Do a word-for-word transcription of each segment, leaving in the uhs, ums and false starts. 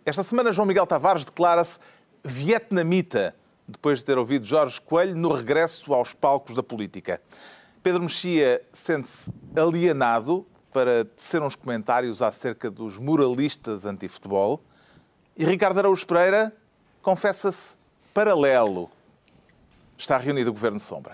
Esta semana, João Miguel Tavares declara-se vietnamita, depois de ter ouvido Jorge Coelho no regresso aos palcos da política. Pedro Mexia sente-se alienado para tecer uns comentários acerca dos moralistas anti-futebol. E Ricardo Araújo Pereira confessa-se paralelo. Está reunido o Governo de Sombra.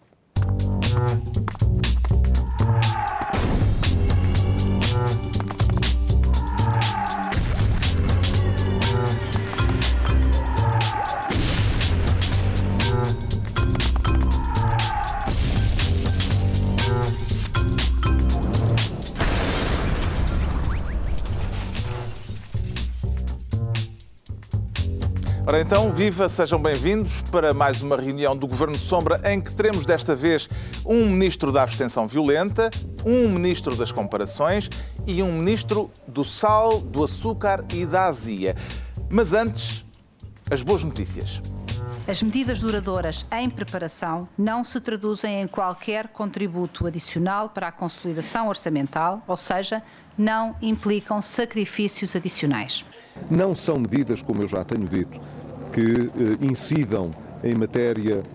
Ora então, viva, sejam bem-vindos para mais uma reunião do Governo Sombra em que teremos desta vez um ministro da abstenção violenta, um ministro das comparações e um ministro do sal, do açúcar e da azia. Mas antes, as boas notícias. As medidas duradouras em preparação não se traduzem em qualquer contributo adicional para a consolidação orçamental, ou seja, não implicam sacrifícios adicionais. Não são medidas, como eu já tenho dito, que eh, incidam em matéria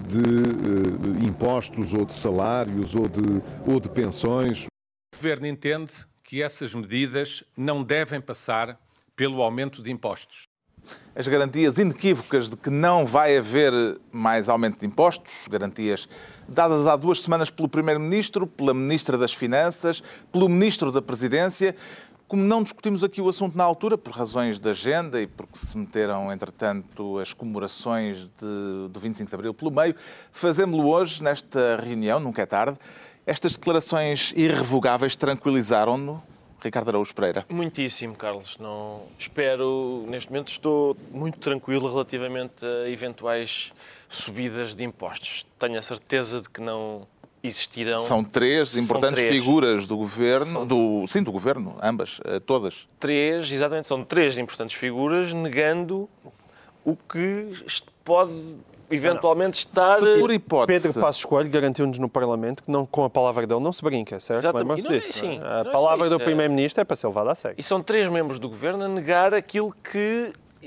de eh, impostos ou de salários ou de, ou de pensões. O Governo entende que essas medidas não devem passar pelo aumento de impostos. As garantias inequívocas de que não vai haver mais aumento de impostos, garantias dadas há duas semanas pelo Primeiro-Ministro, pela Ministra das Finanças, pelo Ministro da Presidência. Como não discutimos aqui o assunto na altura, por razões de agenda e porque se meteram, entretanto, as comemorações de, do vinte e cinco de Abril pelo meio, fazemos-lo hoje, nesta reunião, nunca é tarde. Estas declarações irrevogáveis tranquilizaram-no, Ricardo Araújo Pereira? Muitíssimo, Carlos. Não espero, neste momento estou muito tranquilo relativamente a eventuais subidas de impostos. Tenho a certeza de que não existirão. São três importantes são três. figuras do governo, São... do, sim, do governo, ambas, todas. Três, exatamente, são três importantes figuras negando o que pode eventualmente estar... Se por hipótese... Pedro Passos Coelho garantiu-nos no Parlamento que não, com a palavra dele não se brinca, certo? Lembram-se disso? É, sim, a não palavra é do isso, Primeiro-Ministro é para ser levada a sério. E são três membros do governo a negar aquilo que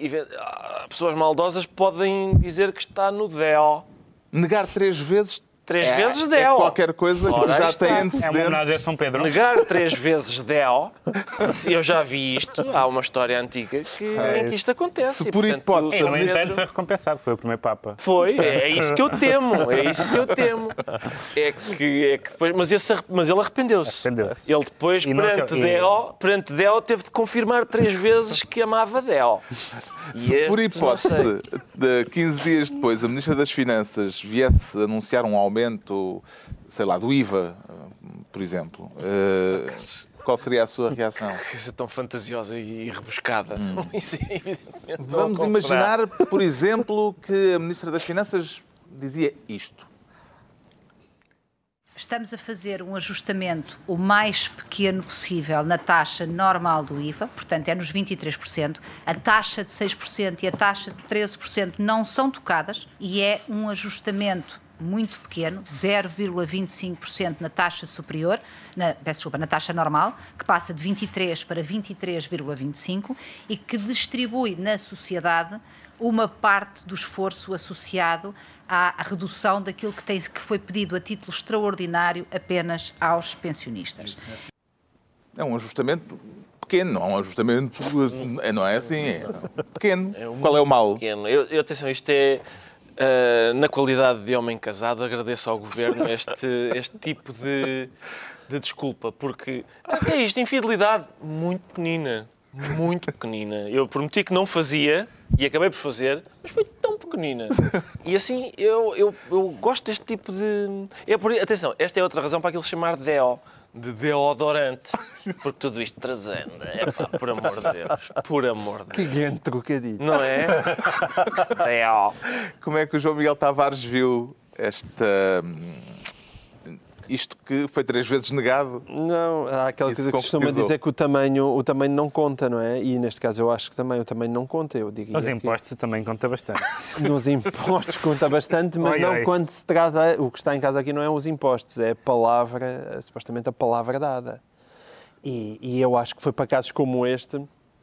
pessoas maldosas podem dizer que está no D E O. Negar três vezes... Três é, vezes D E O. É qualquer coisa que Ora, já está. tem É antecedentes. uma homenagem a São Pedro. Negar três vezes D E O, eu já vi isto, há uma história antiga que, é em que isto acontece. Se e, por portanto, hipótese... E, no entanto, foi recompensado, foi o primeiro Papa. Foi, é isso que eu temo, é isso que eu temo. É que, é que depois, mas, esse, mas ele arrependeu-se. Arrependeu-se. Ele depois, E não- perante, e- D E O, perante D E O, teve de confirmar três vezes que amava D E O. E Se por estes, não sei. hipótese, de quinze dias depois, a Ministra das Finanças viesse anunciar um aumento, sei lá, do I V A, por exemplo, eh, qual seria a sua reação? Coisa tão fantasiosa e rebuscada. Hum. Isso é evidentemente não Vamos acontecerá. imaginar, por exemplo, que a Ministra das Finanças dizia isto. Estamos a fazer um ajustamento o mais pequeno possível na taxa normal do I V A, portanto é nos vinte e três por cento. A taxa de seis por cento e a taxa de treze por cento não são tocadas e é um ajustamento muito pequeno, zero vírgula vinte e cinco por cento na taxa superior, na, peço desculpa, na taxa normal, que passa de vinte e três para vinte e três vírgula vinte e cinco e que distribui na sociedade uma parte do esforço associado à redução daquilo que, tem, que foi pedido a título extraordinário apenas aos pensionistas. É um ajustamento pequeno, não é um ajustamento, não é assim, é pequeno. É um Qual é o mal? pequeno. Eu, eu, atenção, isto é, uh, na qualidade de homem casado, agradeço ao Governo este, este tipo de, de desculpa, porque é isto, infidelidade muito pequenina, muito pequenina. Eu prometi que não fazia e acabei por fazer, mas foi tão pequenina. E assim, eu, eu, eu gosto deste tipo de... É por... Atenção, esta é outra razão para aquilo chamar D E O, de deodorante, porque tudo isto trazendo, é pá, por amor de Deus, por amor de Que Deus. grande trocadilho. Não é? D E O. Como é que o João Miguel Tavares viu esta... isto que foi três vezes negado? Não, há aquela Isso coisa que se costuma concretizou. dizer que o tamanho, o tamanho não conta, não é? E neste caso eu acho que também o tamanho não conta. Eu diria Os que impostos também conta bastante. nos impostos conta bastante, mas Oi, não oi. quando se trata... O que está em casa aqui não é os impostos, é a palavra, supostamente a palavra dada. E, e eu acho que foi para casos como este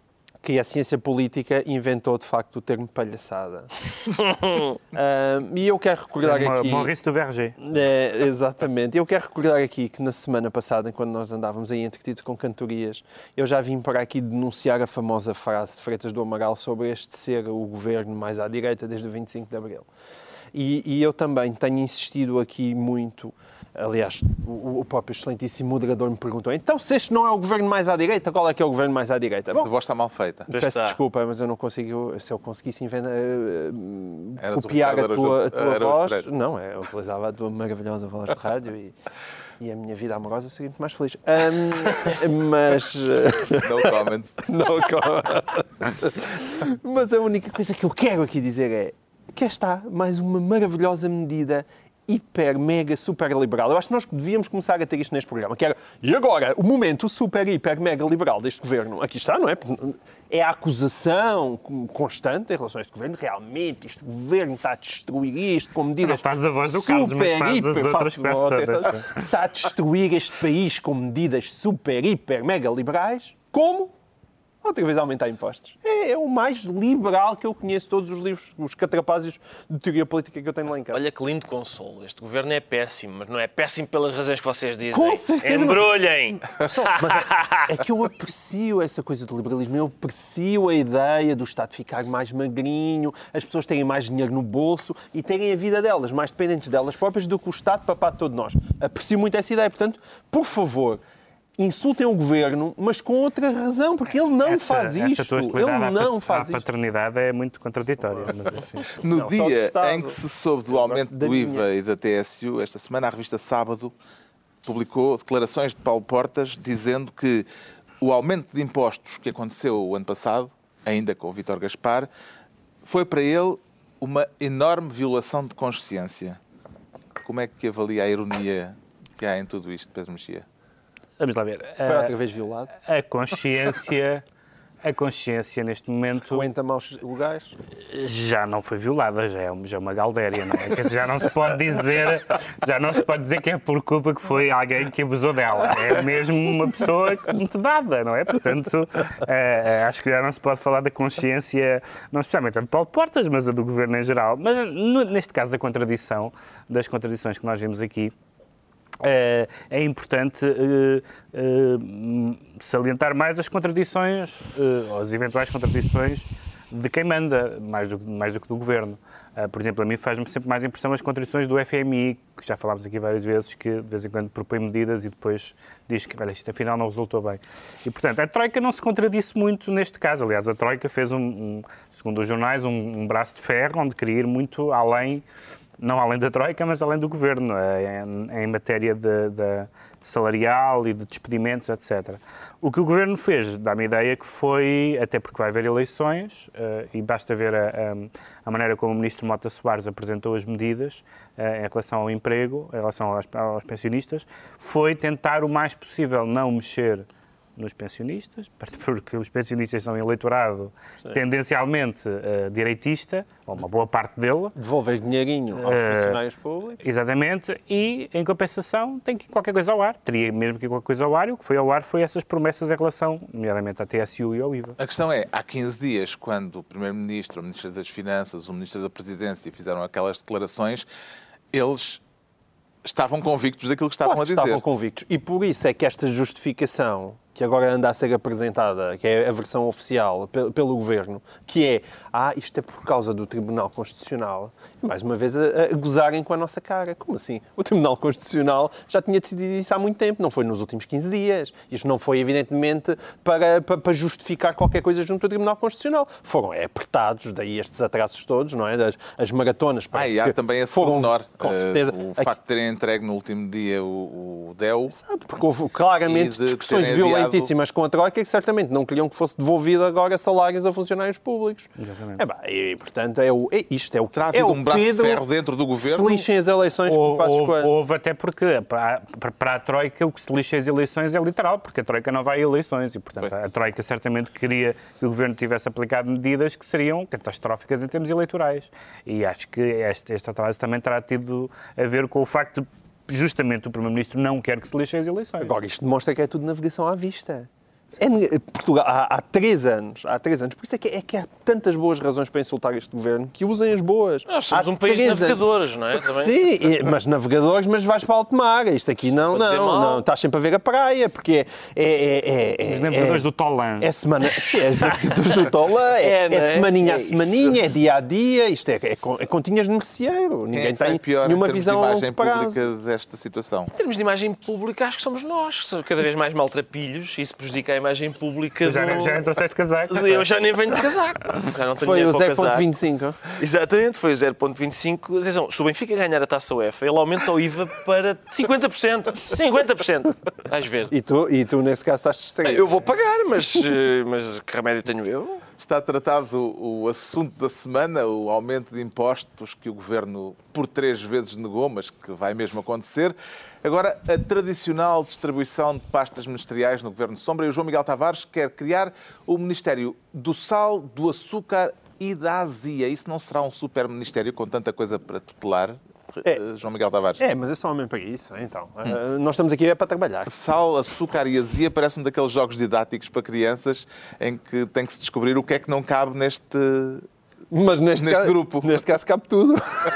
que a ciência política inventou, de facto, o termo palhaçada. uh, e eu quero recordar é aqui... Maurice do Verger. É, exatamente. Eu quero recordar aqui que na semana passada, quando nós andávamos aí entretidos com cantorias, eu já vim para aqui denunciar a famosa frase de Freitas do Amaral sobre este ser o governo mais à direita desde o vinte e cinco de Abril. E, e eu também tenho insistido aqui muito, aliás, o, o próprio excelentíssimo moderador me perguntou, então se este não é o governo mais à direita, qual é que é o governo mais à direita? Bom, a voz está mal feita. Peço está. desculpa, mas eu não consigo, se eu conseguisse inventar, uh, Eras o copiar a Ricardo tua, a Araújo- tua Araújo voz, Pereira. não, é, eu utilizava a tua maravilhosa voz de rádio e, e a minha vida amorosa seria muito mais feliz. Um, mas... No comments. Não, mas a única coisa que eu quero aqui dizer é que está mais uma maravilhosa medida hiper, mega, super liberal. Eu acho que nós devíamos começar a ter isto neste programa, que era, e agora, o momento super, hiper, mega liberal deste governo. Aqui está, não é? É a acusação constante em relação a este governo. Realmente, este governo está a destruir isto com medidas... Não faz a voz do Carlos, mas faz as outras faço- quase todas. Está a destruir este país com medidas super, hiper, mega liberais. Como? Outra vez aumentar impostos. É, é o mais liberal que eu conheço, todos os livros, os catrapázios de teoria política que eu tenho lá em casa. Olha que lindo consolo. Este governo é péssimo, mas não é péssimo pelas razões que vocês dizem. Com certeza, mas- Embrulhem! Só, mas é, é que eu aprecio essa coisa do liberalismo, eu aprecio a ideia do Estado ficar mais magrinho, as pessoas terem mais dinheiro no bolso e terem a vida delas, mais dependentes delas próprias do que o Estado papar de todos nós. Aprecio muito essa ideia, portanto, por favor, insultem o governo, mas com outra razão, porque ele não Essa- faz essa isto. tua Ele hostilidade à não pat- faz à isto. paternidade é muito contraditória. Mas, enfim. No Não, só do dia Estado. em que se soube do aumento da do minha. I V A e da T S U, esta semana a revista Sábado publicou declarações de Paulo Portas dizendo que o aumento de impostos que aconteceu o ano passado, ainda com o Vítor Gaspar, foi para ele uma enorme violação de consciência. Como é que avalia a ironia que há em tudo isto, Pedro Mexia? Vamos lá ver. Foi outra vez violado. A, a consciência, a consciência neste momento Frequenta maus lugares. já não foi violada, já é, um- já é uma galdéria, não é? Quer dizer, já não se pode dizer, já não se pode dizer que é por culpa que foi alguém que abusou dela. É mesmo uma pessoa muito dada, não é? Portanto, eh, acho que já não se pode falar da consciência, não especialmente a de Paulo Portas, mas a do governo em geral. Mas no- neste caso da contradição, das contradições que nós vimos aqui, É, é importante uh, uh, salientar mais as contradições, uh, as eventuais contradições de quem manda, mais do, mais do que do governo. Uh, por exemplo, a mim faz-me sempre mais impressão as contradições do F M I, que já falámos aqui várias vezes, que de vez em quando propõe medidas e depois diz que, olha, isto afinal não resultou bem. E, portanto, a Troika não se contradisse muito neste caso. Aliás, a Troika fez, um, um, segundo os jornais, um, um braço de ferro onde queria ir muito além, não além da Troika, mas além do Governo, em, em matéria de, de salarial e de despedimentos, etcétera. O que o Governo fez dá-me a ideia que foi, até porque vai haver eleições, uh, e basta ver a, a, a maneira como o Ministro Mota Soares apresentou as medidas uh, em relação ao emprego, em relação aos, aos pensionistas, foi tentar o mais possível não mexer nos pensionistas, porque os pensionistas são eleitorado Sim. tendencialmente uh, direitista, ou uma boa parte dele. Devolver dinheirinho aos Uh, funcionários públicos. Exatamente, e em compensação tem que ir qualquer coisa ao ar, teria mesmo que ir qualquer coisa ao ar, e o que foi ao ar foi essas promessas em relação, nomeadamente à T S U e ao I V A. A questão é, há quinze dias, quando o Primeiro-Ministro, o Ministro das Finanças, o Ministro da Presidência fizeram aquelas declarações, eles estavam convictos daquilo que estavam Claro, a dizer. Estavam convictos. E por isso é que esta justificação que agora anda a ser apresentada, que é a versão oficial pelo Governo, que é, ah, isto é por causa do Tribunal Constitucional, e mais uma vez a, a gozarem com a nossa cara. Como assim? O Tribunal Constitucional já tinha decidido isso há muito tempo, não foi nos últimos quinze dias. Isto não foi, evidentemente, para, para, para justificar qualquer coisa junto ao Tribunal Constitucional. Foram é, apertados, daí estes atrasos todos, não é? Das, as maratonas. Ah, e há que também esse foram, menor. com certeza. Uh, o facto de terem entregue no último dia o, o D E U. Exato, porque houve claramente de discussões terem adiado- violentíssimas com a Troika que certamente não queriam que fosse devolvido agora salários a funcionários públicos. Exatamente. É, bah, e, portanto, é o, é, isto é o Terá é havido o um braço de Pedro ferro dentro do governo? Se lixem as eleições por Houve, Passos houve, Coelho. houve até porque, para, para a Troika, o que se lixa as eleições é literal, porque a Troika não vai a eleições e, portanto, Bem. a Troika certamente queria que o Governo tivesse aplicado medidas que seriam catastróficas em termos eleitorais. E acho que este, este atraso também terá tido a ver com o facto de, justamente, o Primeiro-Ministro não quer que se lixem as eleições. Agora, isto demonstra que é tudo navegação à vista. É, Portugal, há, há três anos, há três anos, por isso é que, é que há tantas boas razões para insultar este governo, que usem as boas. Nós somos há um país de três navegadores, anos. não é? Também. Sim, e, mas navegadores, mas vais para alto mar. Isto aqui não, Pode dizer não, mal. não. Estás sempre a ver a praia, porque é... é, é, é Os navegadores é, do Tolan. É semana... Sim, é os navegadores do Tolan, é, É, não é é? semaninha É a semaninha, é dia a dia, isto é, é, é continhas no merceeiro. Quem Ninguém é que sai tem pior em nenhuma termos visão de a imagem longo prazo. pública desta situação? Em termos de imagem pública, acho que somos nós. Cada vez mais maltrapilhos, isso prejudica a imagem pública Já, do... já não trouxeste casaco. Eu já nem venho de casaco. Já não tenho Foi dinheiro o para zero vírgula casaco. vinte e cinco. Exatamente, foi o zero vírgula vinte e cinco. Atenção, se o Benfica ganhar a Taça UEFA, ele aumenta o I V A para cinquenta por cento. cinquenta por cento. Vais ver. E tu, e tu, nesse caso, estás distraído. Eu vou pagar, mas, eh, mas que remédio tenho eu? Está tratado o assunto da semana, o aumento de impostos que o Governo por três vezes negou, mas que vai mesmo acontecer. Agora, a tradicional distribuição de pastas ministeriais no Governo Sombra, e o João Miguel Tavares quer criar o Ministério do Sal, do Açúcar e da Azia. Isso não será um super ministério com tanta coisa para tutelar, É. João Miguel Tavares? É, mas eu sou homem para isso, então. Uh, nós estamos aqui é para trabalhar. Sal, açúcar e azia parecem daqueles jogos didáticos para crianças em que tem que se descobrir o que é que não cabe neste, Mas neste, neste caso, grupo. Neste caso cabe tudo.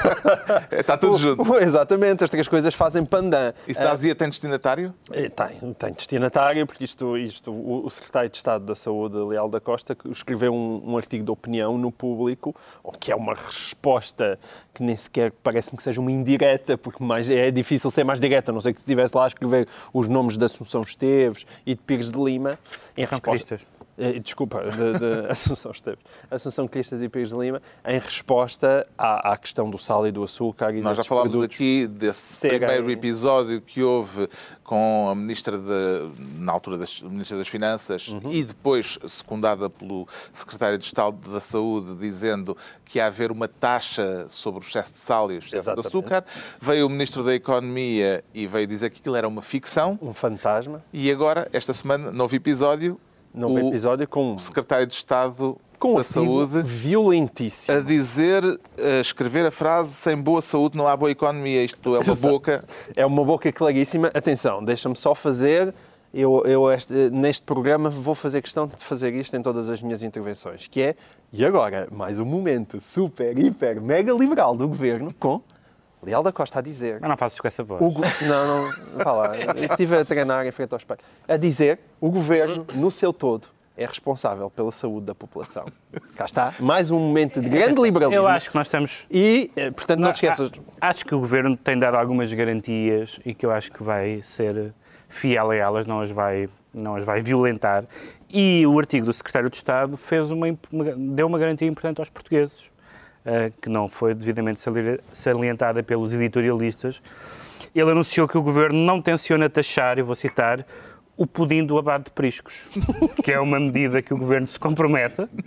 Está tudo junto. Exatamente, as três coisas fazem pandan. Isso da azia tem destinatário? Eh, Tem, tem destinatário, porque isto, isto, o, o secretário de Estado da Saúde, Leal da Costa, que escreveu um, um artigo de opinião no Público, que é uma resposta que nem sequer parece-me que seja uma indireta, porque mais, é difícil ser mais direta, a não sei que estivesse lá a escrever os nomes de Assunção Esteves e de Pires de Lima. Em São resposta, Cristas. eh, Desculpa, de, de Assunção Esteves. Assunção Cristas e Pires de Lima, em resposta à, à questão do sal e do açúcar e Nós já desses falámos produtos aqui desse serem- primeiro episódio que houve com a Ministra, de, na altura, das, Ministra das Finanças Uhum. e depois secundada pelo Secretário de Estado da Saúde, dizendo que ia haver uma taxa sobre o excesso de sal e o excesso Exatamente. de açúcar. Veio o Ministro da Economia e veio dizer que aquilo era uma ficção. um fantasma. E agora, esta semana, novo episódio, Novo o episódio com, Secretário de Estado com um da artigo Saúde violentíssimo. a dizer, a escrever a frase: sem boa saúde não há boa economia. Isto é uma boca. É uma boca claríssima. Atenção, deixa-me só fazer. Eu, eu este, neste programa vou fazer questão de fazer isto em todas as minhas intervenções, que é, e agora, mais um momento super, hiper, mega liberal do Governo, com Leal da Costa a dizer... Mas não faças com essa voz. O go... Não, não, vá lá. Eu estive a treinar em frente ao espelho. A dizer, o Governo, no seu todo, é responsável pela saúde da população. Cá está. Mais um momento de grande liberalismo. Eu acho que nós estamos... E, eh, portanto, não te Não, esqueças... a- Acho que o Governo tem dado algumas garantias e que eu acho que vai ser fiel a elas, não as vai, não as vai violentar. E o artigo do Secretário de Estado fez uma, imp- uma- deu uma garantia importante aos portugueses, uh, que não foi devidamente sali- salientada pelos editorialistas. Ele anunciou que o Governo não tenciona taxar, eu vou citar, o pudim do abade de Priscos, que é uma medida que o Governo se compromete uh,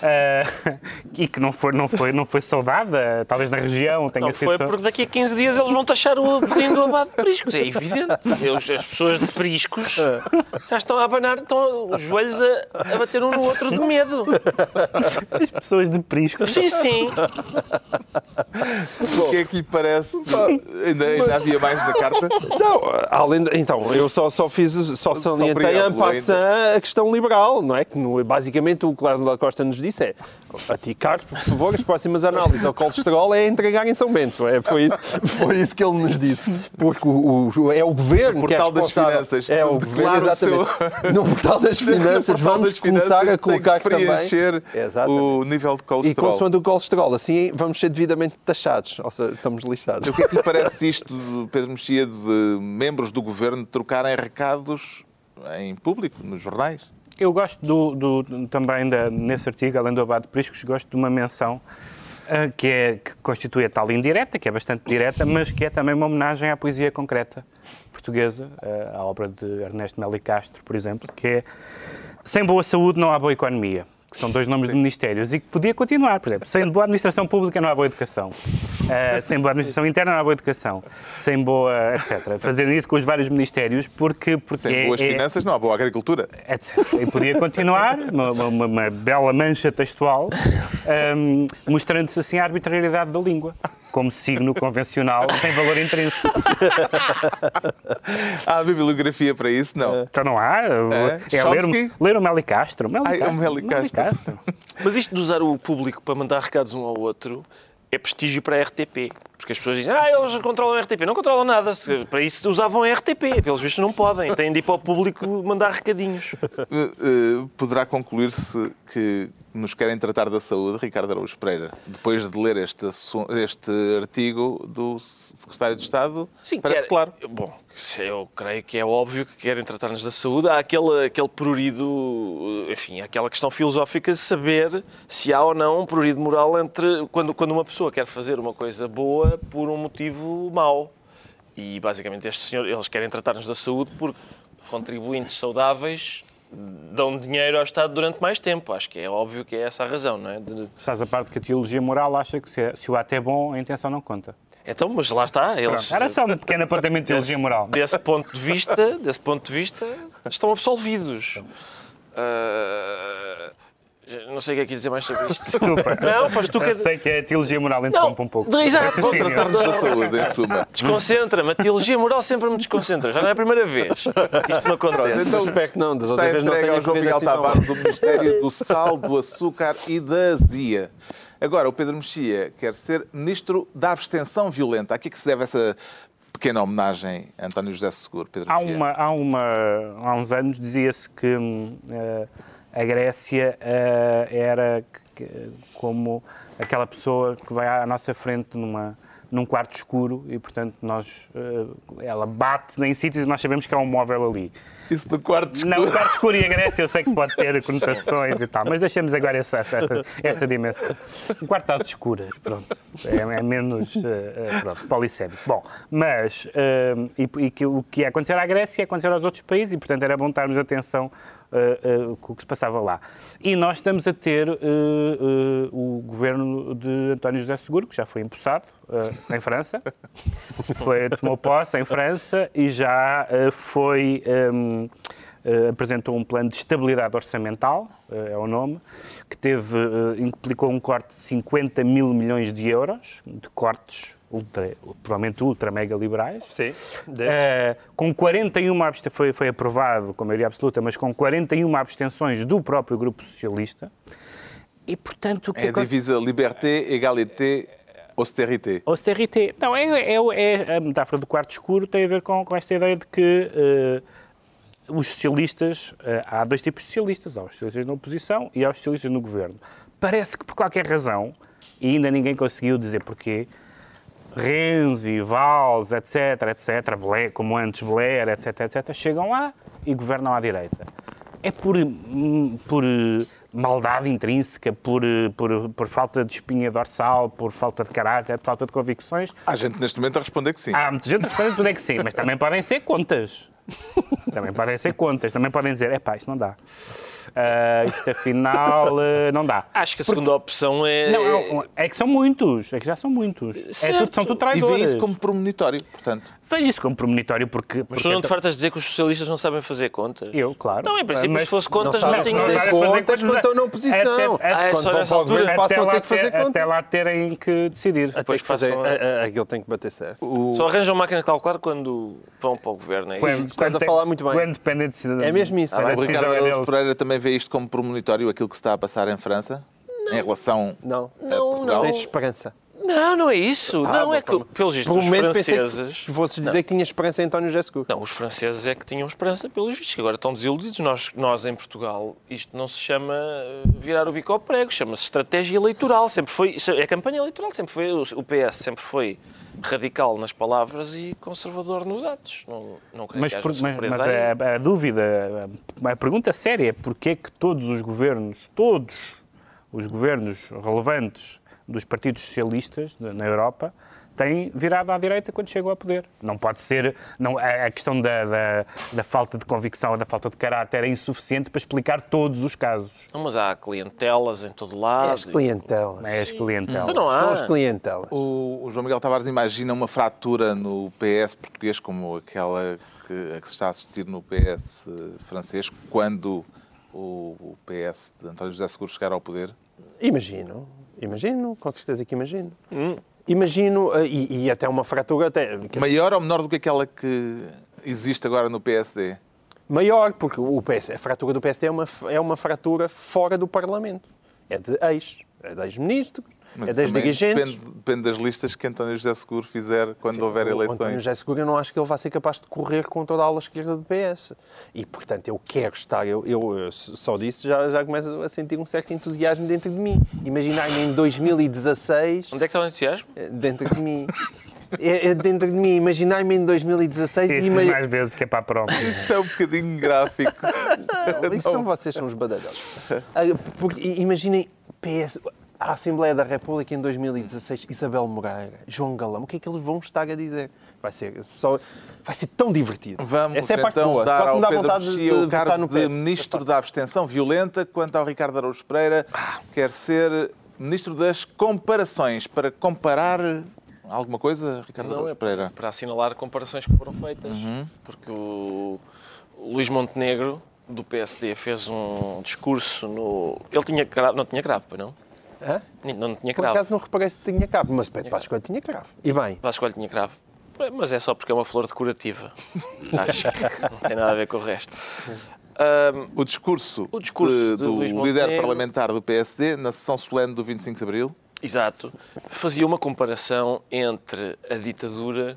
e que não foi, não, foi, não foi saudada, talvez na região tenha Não sido... foi só- porque daqui a quinze dias eles vão taxar o pudim do abade de Priscos. É evidente. Eles, as pessoas de Priscos já estão a abanar, estão os joelhos a, a bater um no outro de medo. As pessoas de Priscos. Sim, sim. O que é que lhe parece? Ainda, ainda havia mais na carta? Não, além de, então, eu só, só fiz, só salientei a preâmbulo passar a questão liberal, não é? Que no, basicamente o que Cláudio da Costa nos disse é aticar, por favor, as próximas análises ao colesterol é entregar em São Bento. É, foi, isso, foi isso que ele nos disse. Porque o, o, é o Governo No que é portal das responsável. finanças, É o declara Governo, o seu- exatamente. No portal das finanças No portal vamos das começar finanças a colocar tem que preencher também... Exatamente. o nível de E colesterol. consoante o colesterol, assim vamos ser devidamente taxados. Ou seja, estamos lixados. O que é que lhe parece isto, de Pedro Mexia, de membros do Governo trocarem recados em público, nos jornais? Eu gosto do, do- também da, nesse artigo, além do abade de Priscos, gosto de uma menção ah, que, é, que constitui a tal indireta, que é bastante direta, mas que é também uma homenagem à poesia concreta portuguesa, ah, à obra de Ernesto Melo e Castro, por exemplo, que é sem boa saúde não há boa economia, que são dois nomes de ministérios e que podia continuar, por exemplo, sem boa administração pública não há boa educação, uh, sem boa administração interna não há boa educação, sem boa, etcétera. Fazendo isso com os vários ministérios, porque... porque Sem é, boas é, finanças não há boa agricultura. etcétera. E podia continuar, uma, uma, uma bela mancha textual, um, mostrando-se assim a arbitrariedade da língua. como signo convencional, tem valor intrínseco. Há bibliografia para isso? Não. Então não há. É, é ler, ler o Meli Castro. Meli Ai, Castro. o Meli Castro. Meli Castro. Mas isto de usar o público para mandar recados um ao outro é prestígio para a R T P. Porque as pessoas dizem, ah, eles controlam a R T P. Não controlam nada. Para isso usavam a R T P. Pelos vistos não podem. Têm de ir para o público mandar recadinhos. Uh, uh, poderá concluir-se que nos querem tratar da saúde, Ricardo Araújo Pereira, depois de ler este, este artigo do Secretário de Estado? Sim, parece quer, claro. Bom, eu creio que é óbvio que querem tratar-nos da saúde. Há aquele, aquele prurido, enfim, aquela questão filosófica de saber se há ou não um prurido moral entre quando, quando uma pessoa quer fazer uma coisa boa por um motivo mau. E, basicamente, este senhor, eles querem tratar-nos da saúde porque contribuintes saudáveis dão dinheiro ao Estado durante mais tempo. Acho que é óbvio que é essa a razão, não é? De... Estás a parte que a teologia moral acha que se, é, se o ato é bom, a intenção não conta. Então, mas lá está. Eles, Pronto, era só um pequeno apontamento de teologia moral. Desse ponto de vista, desse ponto de vista, estão absolvidos. Uh... Não sei o que é que ia dizer mais sobre isto. Desculpa. Não, mas tu que... sei que a teologia moral interrompe um pouco. Exato. Vão tratar-nos da saúde, em suma. Desconcentra-me. A teologia moral sempre me desconcentra. Já não é a primeira vez que isto me acontece. Então, espero que não. Das Está outras vezes não entregue tenho ao João Miguel Tavares o Ministério do Sal, do Açúcar e da Azia. Agora, o Pedro Mexia quer ser Ministro da Abstenção Violenta. A que é que se deve essa pequena homenagem a António José Seguro, Pedro há Mexia? uma, há, uma, há uns anos dizia-se que uh, a Grécia uh, era que, como aquela pessoa que vai à nossa frente numa, num quarto escuro e, portanto, nós, uh, ela bate em sítios e nós sabemos que há um móvel ali. Isso do quarto escuro? Não, o quarto escuro e a Grécia eu sei que pode ter conotações e tal, mas deixemos agora essa, essa, essa dimensão. Um quarto às escuras, pronto, é, é menos uh, uh, pronto, polissémico. Bom, mas uh, e, e que, o que ia acontecer à Grécia ia acontecer aos outros países e, portanto, era bom termos atenção uh, uh, com o que se passava lá. E nós estamos a ter uh, uh, o governo de António José Seguro, que já foi empossado uh, em França, foi, tomou posse em França e já uh, foi... Um, Uh, apresentou um plano de estabilidade orçamental, uh, é o nome, que teve, uh, implicou um corte de cinquenta mil milhões de euros, de cortes ultra, provavelmente ultra mega liberais. Sim, uh, com quarenta e uma foi, foi aprovado com maioria absoluta, mas com quarenta e uma abstenções do próprio Grupo Socialista. E, portanto, o que é a divisa liberté, égalité, austerité. Austerité. Não, é, é, é a metáfora do quarto escuro, tem a ver com, com esta ideia de que uh, os socialistas, há dois tipos de socialistas, há os socialistas na oposição e há os socialistas no governo. Parece que por qualquer razão, e ainda ninguém conseguiu dizer porquê, Renzi, Valls, etc, etc, Blair, como antes Blair, etc, etc, chegam lá e governam à direita. É por, por maldade intrínseca, por, por, por falta de espinha dorsal, por falta de caráter, por falta de convicções? Há gente neste momento a responder que sim. Há muita gente a responder que sim, mas também podem ser contas. Também podem ser contas, também podem dizer, é pá, isto não dá. Uh, isto afinal uh, não dá. Acho que a segunda Porque... opção é... Não, é que são muitos, é que já são muitos. É tudo, são tudo traidores. E vê isso como premonitório, portanto. Vejo isso como premonitório porque... Mas tu não te fartas de dizer que os socialistas não sabem fazer contas? Eu, claro. Não, em princípio, mas se fosse contas, não, não, não tinha fazer fazer contas, mas estão na oposição. Até, até, ah, é quando só vão nessa para o altura, governo passam a ter que fazer até, contas. até lá terem que decidir. Depois que fazer, façam... a, a, aquilo tem que bater certo. O... Só arranjam máquina de calcular quando vão para o governo. É isso? Quando, Estás a tem, falar muito bem. Quando depende de cidadão. É mesmo isso. Ah, é o Ricardo decisão é Araújo deles. Pereira também vê isto como premonitório, aquilo que se está a passar em França, não. Em relação não. a Não, Portugal? Tens esperança. Não, não é isso. Ah, não, é que, pelos vistos, os franceses... Pensei que fosses dizer que tinha esperança em António José Seguro. Não, os franceses é que tinham esperança, pelos vistos, que agora estão desiludidos. Nós, nós, em Portugal, isto não se chama virar o bico ao prego, chama-se estratégia eleitoral. Sempre foi... É campanha eleitoral, sempre foi... O P S sempre foi radical nas palavras e conservador nos atos. Não, não creio Mas, que haja por, mas, surpresa mas aí. a, a dúvida, a, a pergunta séria é porquê é que todos os governos, todos os governos relevantes dos partidos socialistas na Europa têm virado à direita quando chegam ao poder. Não pode ser... Não, a questão da, da, da falta de convicção ou da falta de caráter é insuficiente para explicar todos os casos. Não, mas há clientelas em todo lado. É as clientelas. É as clientelas. Então não há. São as clientelas. O, o João Miguel Tavares imagina uma fratura no P S português como aquela que, a que se está a assistir no P S francês quando o, o P S de António José Seguro chegar ao poder? Imagino. Imagino, com certeza que imagino. Hum. Imagino, e, e até uma fratura até... Maior ou menor do que aquela que existe agora no P S D? Maior, porque o P S, a fratura do P S D é uma, é uma fratura fora do Parlamento. É de ex, é de ex-ministro, Mas é das também dirigentes. Depende, depende das listas que António José Seguro fizer quando houver O eleições. António José Seguro, eu não acho que ele vá ser capaz de correr com toda a ala esquerda do P S. E, portanto, eu quero estar... Eu, eu, eu só disso já, já começo a sentir um certo entusiasmo dentro de mim. Imaginar-me em dois mil e dezasseis... Onde é que está o entusiasmo? Dentro de mim. É, é dentro de mim. Imaginar-me em dois mil e dezasseis Isso e... Ima... mais vezes que é para a própria. Isso é um bocadinho gráfico. Não, isso são vocês, são os badalhos. Porque, imaginem, P S... A Assembleia da República em dois mil e dezasseis, Isabel Moreira, João Galão, o que é que eles vão estar a dizer? Vai ser, só, vai ser tão divertido. Vamos Essa é a parte então boa. dar ao Dá Pedro vontade Mexia de o votar cargo no de P S. Ministro da Abstenção Violenta, quanto ao Ricardo Araújo Pereira, quer ser Ministro das Comparações, para comparar alguma coisa, Ricardo Não, Araújo é Pereira? para assinalar comparações que foram feitas. Porque o Luís Montenegro, do P S D, fez um discurso no... Ele tinha cravo, não tinha cravo, pois não? Hã? Não, não tinha Por cravo. acaso não reparei se tinha cravo, mas Pedro Pascoal tinha cravo. E bem, Vasco Coelho tinha cravo. Mas é só porque é uma flor decorativa. Acho que não tem nada a ver com o resto. Um, O discurso, O discurso de- de do Luís líder Montenegro. parlamentar do P S D na sessão solene do vinte e cinco de Abril. Exato. Fazia uma comparação entre a ditadura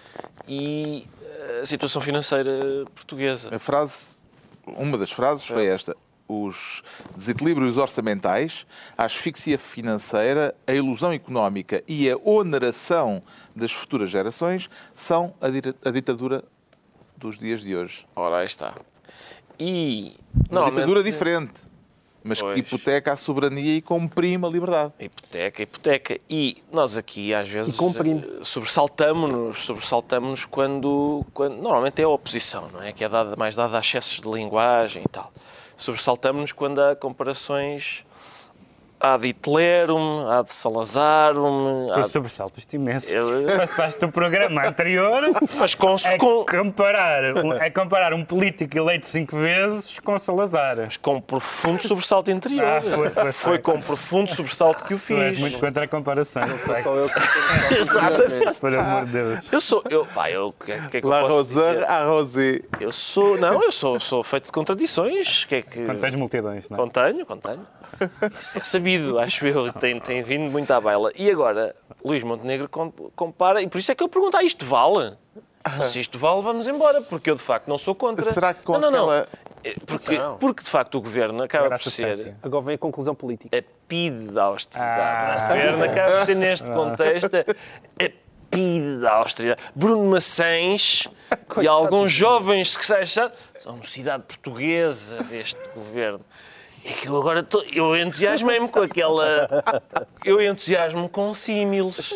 e a situação financeira portuguesa. A frase, uma das frases foi esta: os desequilíbrios orçamentais, a asfixia financeira, a ilusão económica e a oneração das futuras gerações são a, di- a ditadura dos dias de hoje. Ora, aí está. E, Uma normalmente, ditadura diferente, mas que Pois. hipoteca a soberania e comprime a liberdade. Hipoteca, hipoteca. E nós aqui, às vezes, E comprime. eh, sobressaltamos-nos, sobressaltamos-nos quando, quando... Normalmente é a oposição, não é? Que é dada, mais dada a excessos de linguagem e tal. Sobressaltamos-nos quando há comparações... Há de Hitlerum, há de Salazarum... Há Tu de... sobressaltas-te imenso. Eu- Passaste o programa anterior Mas com... a com... comparar, um, a comparar um político eleito cinco vezes com Salazar. com profundo sobressalto interior. Ah, foi, foi, foi. com profundo sobressalto que o Tu és fiz. muito contra a comparação. só eu que Exatamente. Por amor de Deus. Eu sou... Eu, pá, eu... O que, é- que é que eu La posso Roseur dizer? à Rosé. Eu sou... Não, eu sou, sou feito de contradições. Que é que... Quando tens multidões, não é? Contenho, contenho. Isso é sabido, acho eu. Tem, tem vindo muito à baila. E agora, Luís Montenegro com- compara... E por isso é que eu pergunto, ah, isto vale? Então, se isto vale, vamos embora. Porque eu, de facto, não sou contra. Será que com não, não, aquela... não. É, Porque, porque, de facto, o Governo acaba Agora a por substância. ser... Agora vem a conclusão política. a pide da austeridade. Ah. O Governo acaba por ser, neste contexto, a pide da austeridade. Bruno Maçãs e alguns jovens secretários de Estado são a mocidade portuguesa deste Governo. É que eu agora tô, eu entusiasmei-me com aquela... Eu entusiasmo-me com símiles.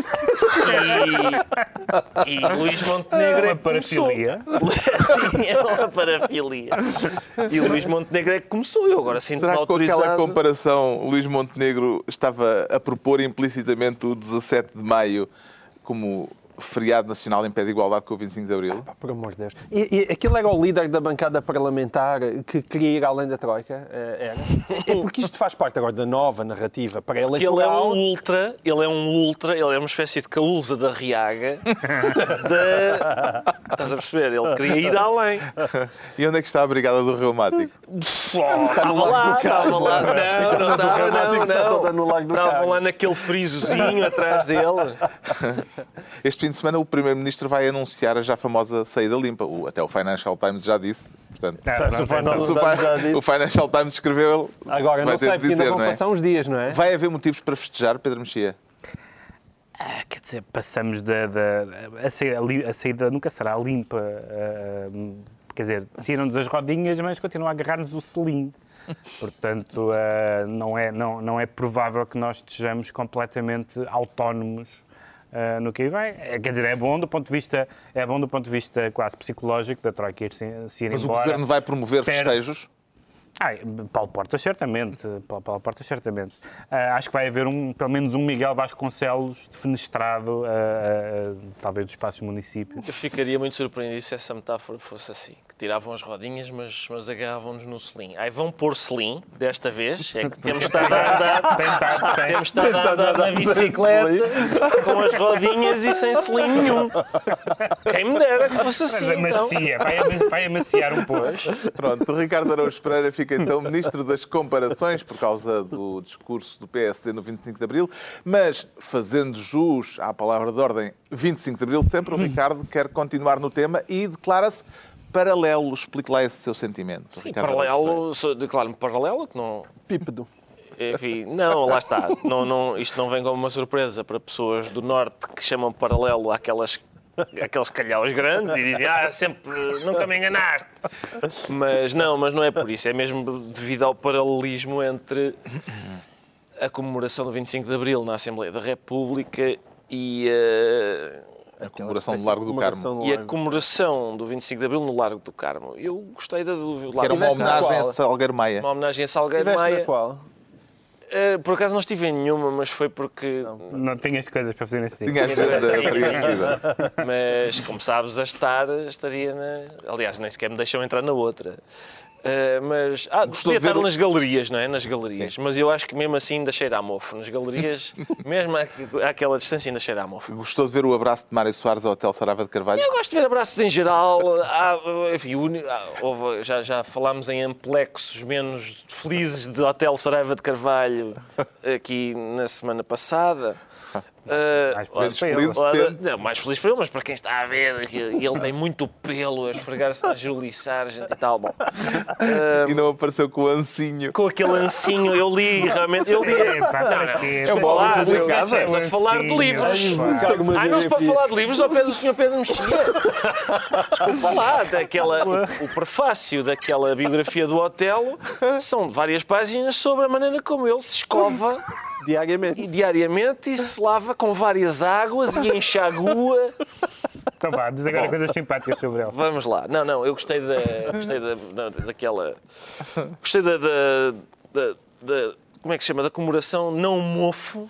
E, e Luís Montenegro é Uma que começou. parafilia. Sim, é uma parafilia. E o Luís Montenegro é que começou. Eu agora sinto-me Será que com aquela autorizado. comparação Luís Montenegro estava a propor implicitamente o dezassete de maio como feriado nacional em pé de igualdade com o vinte e cinco de Abril? Por amor de Deus. E, e aquele era o líder da bancada parlamentar que queria ir além da Troika? Eh, Era? É porque isto faz parte agora da nova narrativa Que ele é pré-eleitoral. um ultra, ele é um ultra, ele é uma espécie de caúza da Riaga. Da... Estás a perceber? Ele queria ir além. E onde é que está a Brigada do Reumático? Estava lá, estava lá. Não, não estava, não, está toda no não. Lago do Estavam Carmo. lá naquele frisozinho atrás dele. Este fim de semana o Primeiro-Ministro vai anunciar a já famosa saída limpa. O- até o Financial Times já disse. Portanto, Não, não Se o sei, Fernando- se o, já Fi- disse. o Financial Times escreveu, Agora vai não ter sei, de porque ainda dizer, vão não é? passar uns dias, não é? Vai haver motivos para festejar, Pedro Mexia? Ah, quer dizer, passamos da... da a, saída, a saída nunca será limpa. ah, quer dizer, tiram-nos as rodinhas, mas continuam a agarrar-nos o selim. Portanto, ah, não, é, não, não é provável que nós estejamos completamente autónomos ah, no que aí vai. É, quer dizer, é bom do ponto de vista, é bom do ponto de vista quase psicológico da Troika ir se, se ir Mas o embora. Governo vai promover Perde. festejos? Ah, Paulo Portas, certamente. Paulo, Paulo Portas, certamente. Uh, acho que vai haver um, pelo menos um Miguel Vasconcelos defenestrado, uh, uh, talvez dos espaços municípios. Eu ficaria muito surpreendido se essa metáfora fosse assim. Que tiravam as rodinhas, mas, mas agarravam-nos no selim. Aí vão pôr selim, desta vez. É que temos estado a andar, temos estado a andar na bicicleta com as rodinhas e sem selim nenhum. Quem me dera que fosse assim, Mas então. amacia, vai, vai amaciar um pouco. Pronto, o Ricardo Araújo Pereira fica então ministro das comparações por causa do discurso do P S D no vinte e cinco de Abril, mas fazendo jus à palavra de ordem vinte e cinco de Abril, sempre o Ricardo quer continuar no tema e declara-se paralelo. Explique lá esse seu sentimento. Sim, Ricardo Araújo paralelo, sou- declaro-me paralelo, que não... Pípedo. Enfim, não, lá está. Não, não, isto não vem como uma surpresa para pessoas do Norte que chamam paralelo àquelas, àqueles calhaus grandes e dizem, ah, sempre, nunca me enganaste. Mas não, mas não é por isso. É mesmo devido ao paralelismo entre a comemoração do vinte e cinco de Abril na Assembleia da República e a... A comemoração do Largo do Carmo. E a comemoração do vinte e cinco de Abril no Largo do Carmo. Eu gostei da do Que era uma Largo do Carmo. homenagem a Salgueiro Maia. Uma homenagem a Salgueiro Estiveste Maia. na qual? Eh, Por acaso não estive em nenhuma, mas foi porque... Não tinhas coisas para fazer nesse Tinha a agenda preenchida. Mas, como sabes, a estar estaria na... Aliás, nem sequer me deixam entrar na outra. Uh, mas ah, Gostou podia de ver estar o- nas galerias, não é? Nas galerias. Sim. Mas eu acho que mesmo assim ainda cheira a mofo. Nas galerias, mesmo à- àquela distância, ainda cheira a mofo. Gostou de ver o abraço de Mário Soares ao Hotel Saraiva de Carvalho? Eu gosto de ver abraços em geral. Há, enfim, uni- há- houve- já, já falámos em amplexos menos felizes de Hotel Saraiva de Carvalho aqui na semana passada. Uh, Mais olha, feliz para ele. felizes, olha, depende. não, mais feliz para ele, mas para quem está a ver, que ele tem muito pelo a esfregar-se na Júlia Sargent e tal. Bom, uh, E não apareceu com o ancinho. com aquele ancinho, eu li realmente. Eu li. Epá, para quê? É uma obra Falar, publicada. estamos a falar de livros. Ah, não se pode falar de livros ao pé do senhor Pedro Mexia. Desculpa lá, daquela, o, o prefácio daquela biografia do Otelo são de várias páginas sobre a maneira como ele se escova Diariamente. e diariamente e se lava com várias águas e enxagua. Então vá, diz agora coisas simpáticas sobre ele. Vamos lá. Não, não, eu gostei da. Gostei da, da- daquela. Gostei da, da, da- da- como é que se chama? Da comemoração não mofo,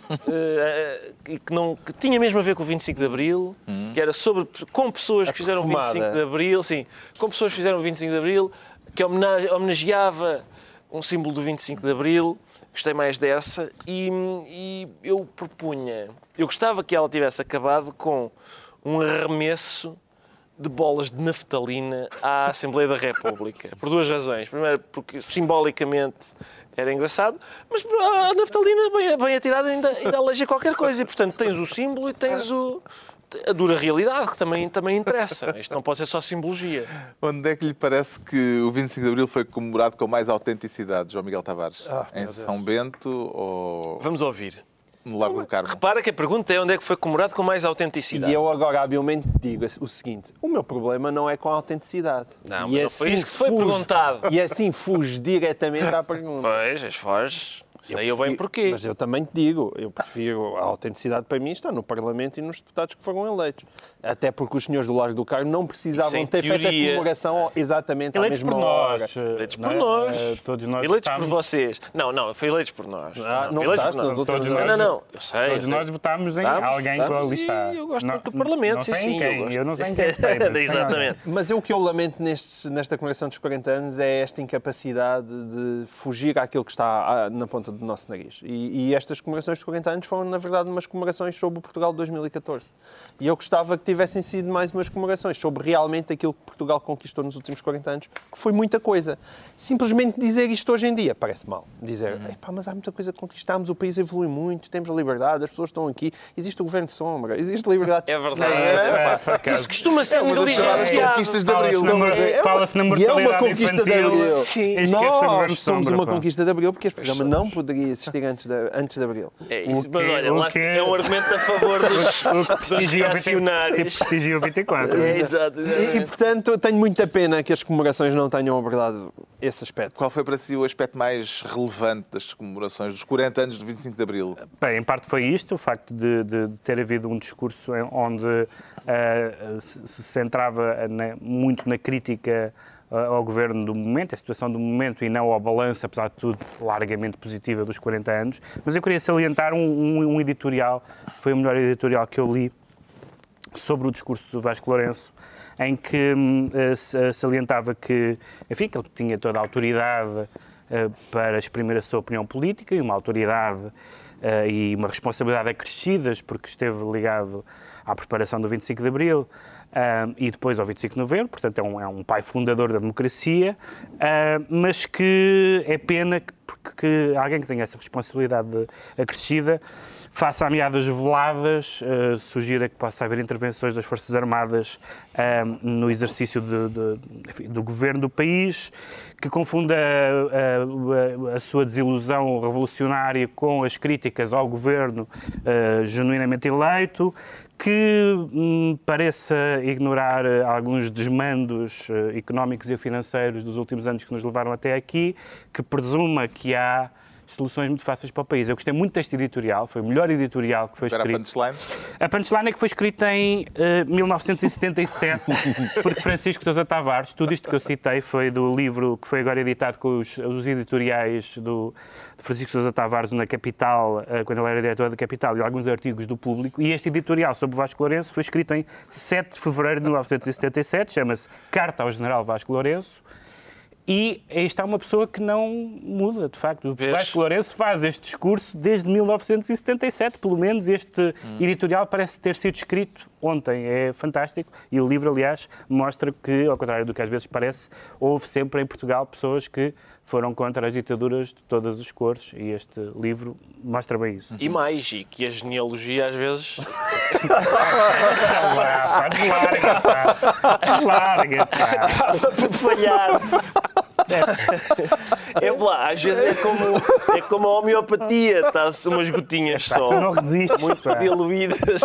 eh, e que, não, que tinha mesmo a ver com o vinte e cinco de Abril, que era sobre. Com pessoas que fizeram o vinte e cinco de Abril, sim, com pessoas que fizeram o vinte e cinco de Abril, que homenage- homenageava um símbolo do vinte e cinco de Abril. Gostei mais dessa e, e eu propunha. Eu gostava que ela tivesse acabado com um arremesso de bolas de naftalina à Assembleia da República. Por duas razões. Primeiro, porque simbolicamente era engraçado, mas a naftalina bem, bem atirada ainda, ainda aleija qualquer coisa. E, portanto, tens o símbolo e tens o, a dura realidade, que também, também interessa. Isto não pode ser só simbologia. Onde é que lhe parece que o vinte e cinco de Abril foi comemorado com mais autenticidade, João Miguel Tavares? Ah, em São Bento ou Vamos ouvir. no Largo do Carmo? Repara que a pergunta é onde é que foi comemorado com mais autenticidade. E eu agora habilmente digo o seguinte: o meu problema não é com a autenticidade. Não, e mas não foi isso que foi fujo- perguntado. E assim fujo diretamente à pergunta. Pois, as foges. Sei eu bem prefiro- porquê. Mas eu também te digo, eu prefiro a autenticidade para mim está no Parlamento e nos deputados que foram eleitos. Até porque os senhores do Largo do Carmo não precisavam Isso em ter feito a teoria. comemoração exatamente à Eleitos mesma por hora. nós. Eleitos não por é? nós. Eh, Todos nós Eleitos por votámos- vocês. Não, não, foi eleitos por nós. Ah, não foi eleitos votaste por nós. nas outras Todos Não, nós. não, não. Eu sei. eu Todos sei. nós votámos em Votámos, alguém com a votámos, lista. e eu gosto Não- muito do Parlamento, não sim, sei em sim, quem, eu gosto. eu não sei em quem foi, mas tem Exatamente. Mas eu, o que eu lamento nestes, nesta comemoração dos quarenta anos é esta incapacidade de fugir àquilo que está ah, na ponta do nosso nariz. E, e estas comemorações dos quarenta anos foram, na verdade, umas comemorações sobre o Portugal de dois mil e catorze. E eu gostava que tivessem sido mais umas comemorações sobre realmente aquilo que Portugal conquistou nos últimos quarenta anos, que foi muita coisa. Simplesmente dizer isto hoje em dia parece mal. Dizer, epá, mas há muita coisa que conquistámos, o país evolui muito, temos a liberdade, as pessoas estão aqui, existe o governo de sombra, existe liberdade de É verdade. É, por acaso. Isso costuma ser uma das chamadas negligenciado. conquistas de Fala-se Abril. na, Mas é- fala-se na E é mortalidade uma conquista de infantil. Abril. Sim. Esquece o governo Nós de somos sombra, uma pá. conquista de Abril porque este programa não poderia existir antes de, antes de Abril. É isso, O mas quê? olha, O lá quê? é um argumento a favor dos, O que dos prestigia o vinte- reacionários. que prestigia o vinte e quatro. É, exato, E, e, exatamente. portanto, tenho muita pena que as comemorações não tenham abordado esse aspecto. Qual foi para si o aspecto mais relevante das comemorações dos quarenta anos do vinte e cinco de Abril? Bem, em parte foi isto, o facto de, de- de ter havido um discurso em- onde ah, se, se centrava na- muito na crítica ao governo do momento, à situação do momento e não ao balanço, apesar de tudo, largamente positiva dos quarenta anos. Mas eu queria salientar um, um, um editorial, foi o melhor editorial que eu li, sobre o discurso do Vasco Lourenço, em que uh, salientava que, enfim, que ele tinha toda a autoridade uh, para exprimir a sua opinião política e uma autoridade uh, e uma responsabilidade acrescidas, porque esteve ligado à preparação do vinte e cinco de Abril uh, e depois ao vinte e cinco de Novembro, portanto é um, é um pai fundador da democracia, uh, mas que é pena que, que alguém que tenha essa responsabilidade acrescida faça ameaças veladas, uh, sugira que possa haver intervenções das Forças Armadas uh, no exercício de, de, enfim, do governo do país, que confunda a, a, a sua desilusão revolucionária com as críticas ao governo uh, genuinamente eleito, que hum, pareça ignorar alguns desmandos uh, económicos e financeiros dos últimos anos que nos levaram até aqui, que presuma que há soluções muito fáceis para o país. Eu gostei muito deste editorial, foi o melhor editorial que foi escrito. Era a punchline? A punchline é que foi escrita em uh, mil novecentos e setenta e sete, porque Francisco Sousa Tavares, tudo isto que eu citei foi do livro que foi agora editado com os, os editoriais do, de Francisco Sousa Tavares na Capital, uh, quando ele era diretor da Capital, e alguns artigos do Público, e este editorial sobre Vasco Lourenço foi escrito em sete de fevereiro de mil novecentos e setenta e sete, chama-se Carta ao General Vasco Lourenço. E aí está uma pessoa que não muda, de facto. O Vasco Lourenço faz este discurso desde mil novecentos e setenta e sete, pelo menos este hum. editorial parece ter sido escrito ontem. É fantástico. E o livro, aliás, mostra que, ao contrário do que às vezes parece, houve sempre em Portugal pessoas que foram contra as ditaduras de todas as cores, e este livro mostra bem isso. E mais, e que a genealogia às vezes... lá, deslarga, pá. Deslarga, pá. Acaba por falhar. É lá, às vezes é como, é como a homeopatia, está-se umas gotinhas só. Tu não resistes, muito diluídas.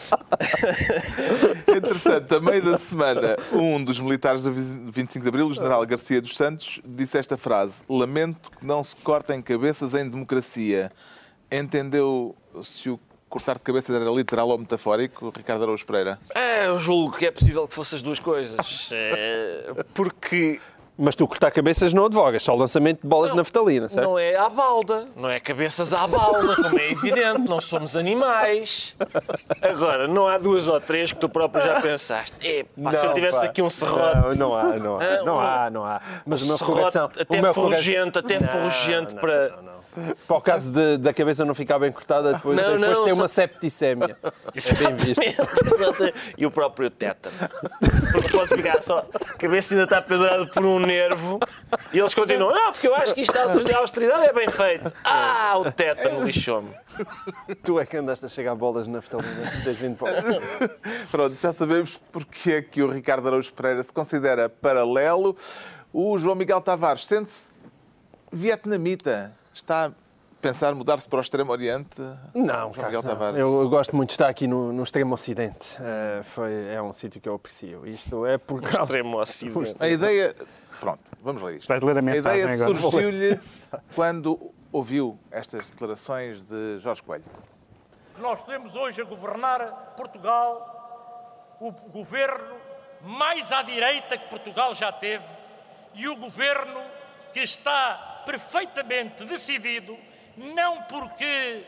Entretanto, a meio da semana, um dos militares do vinte e cinco de Abril, o general Garcia dos Santos, disse esta frase: lamento que não se cortem cabeças em democracia. Entendeu se o cortar de cabeças era literal ou metafórico, Ricardo Araújo Pereira? É, eu julgo que é possível que fosse as duas coisas. É, porque... Mas tu cortar cabeças não advogas, só o lançamento de bolas não, de naftalina, certo? Não é à balda, não é cabeças à balda, como é evidente, não somos animais. Agora, não há duas ou três que tu próprio já pensaste. É, pá, não, se eu tivesse pá. aqui um serrote... Não, não há, não há, Ah, não um, há, não há. Mas um o meu serrote coração... até o meu ferrugento, até não, ferrugente não, para... Não, não. Para o caso de, da cabeça não ficar bem cortada, depois, Não, depois não, tem só- uma septicémia. É bem visto. Exatamente. E o próprio tétano. Porque pode ficar só... A cabeça ainda está pendurada por um nervo e eles continuam. Não, porque eu acho que isto de austeridade é bem feito. Ah, o tétano lixou-me. Tu é que andaste a chegar bolas de naftalina antes de teres vindo para o... Pronto, já sabemos porque é que o Ricardo Araújo Pereira se considera paralelo. O João Miguel Tavares sente-se vietnamita. Está a pensar mudar-se para o Extremo Oriente? Não, João Miguel Carlos, não. Tavares. Eu, eu gosto muito de estar aqui no, no Extremo Ocidente. Uh, foi, é um sítio que eu aprecio. Isto é por causa... Extremo Ocidente. A ideia... Pronto, vamos ler isto. Vais ler a A mensagem ideia agora. surgiu-lhe quando ouviu estas declarações de Jorge Coelho. Nós temos hoje a governar Portugal, o governo mais à direita que Portugal já teve e o governo que está perfeitamente decidido, não porque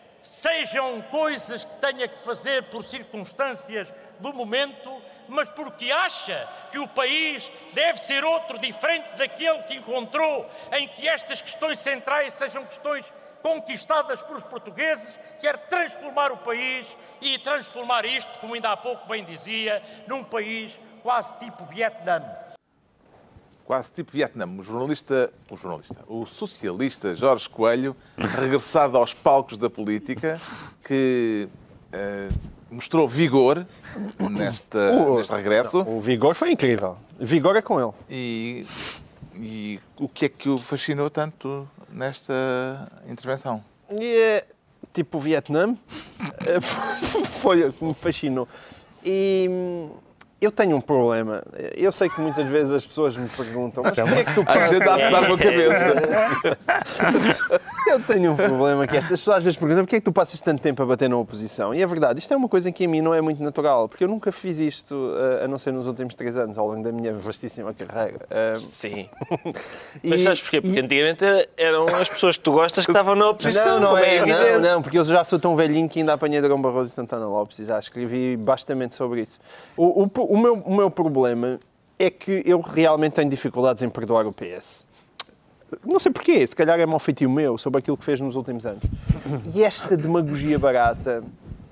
sejam coisas que tenha que fazer por circunstâncias do momento, mas porque acha que o país deve ser outro, diferente daquele que encontrou, em que estas questões centrais sejam questões conquistadas pelos portugueses, quer transformar o país e transformar isto, como ainda há pouco bem dizia, num país quase tipo Vietnã. Quase tipo Vietnã. O jornalista, o jornalista, o socialista Jorge Coelho, regressado aos palcos da política, que eh, mostrou vigor nesta, O- neste regresso. O vigor foi incrível. Vigor é com ele. E, e o que é que o fascinou tanto nesta intervenção? E é tipo o Vietnã. É, foi o que me fascinou. E, Eu tenho um problema. Eu sei que muitas vezes as pessoas me perguntam, mas porquê é que tu A gente dá-se dar com a cabeça. Eu tenho um problema que estas pessoas às vezes perguntam porquê é que tu passas tanto tempo a bater na oposição? E é verdade, isto é uma coisa que a mim não é muito natural, porque eu nunca fiz isto, a não ser nos últimos três anos, ao longo da minha vastíssima carreira. Sim. E, Mas sabes porquê? Porque e... antigamente eram as pessoas que tu gostas que estavam na oposição. Não, não é, é, evidente. não, não, porque eu já sou tão velhinho que ainda apanhei Drão Barroso e Santana Lopes e já escrevi bastante sobre isso. O, o, o, meu, o meu problema é que eu realmente tenho dificuldades em perdoar o P S. Não sei porquê, se calhar é mau feitio meu sobre aquilo que fez nos últimos anos. E esta demagogia barata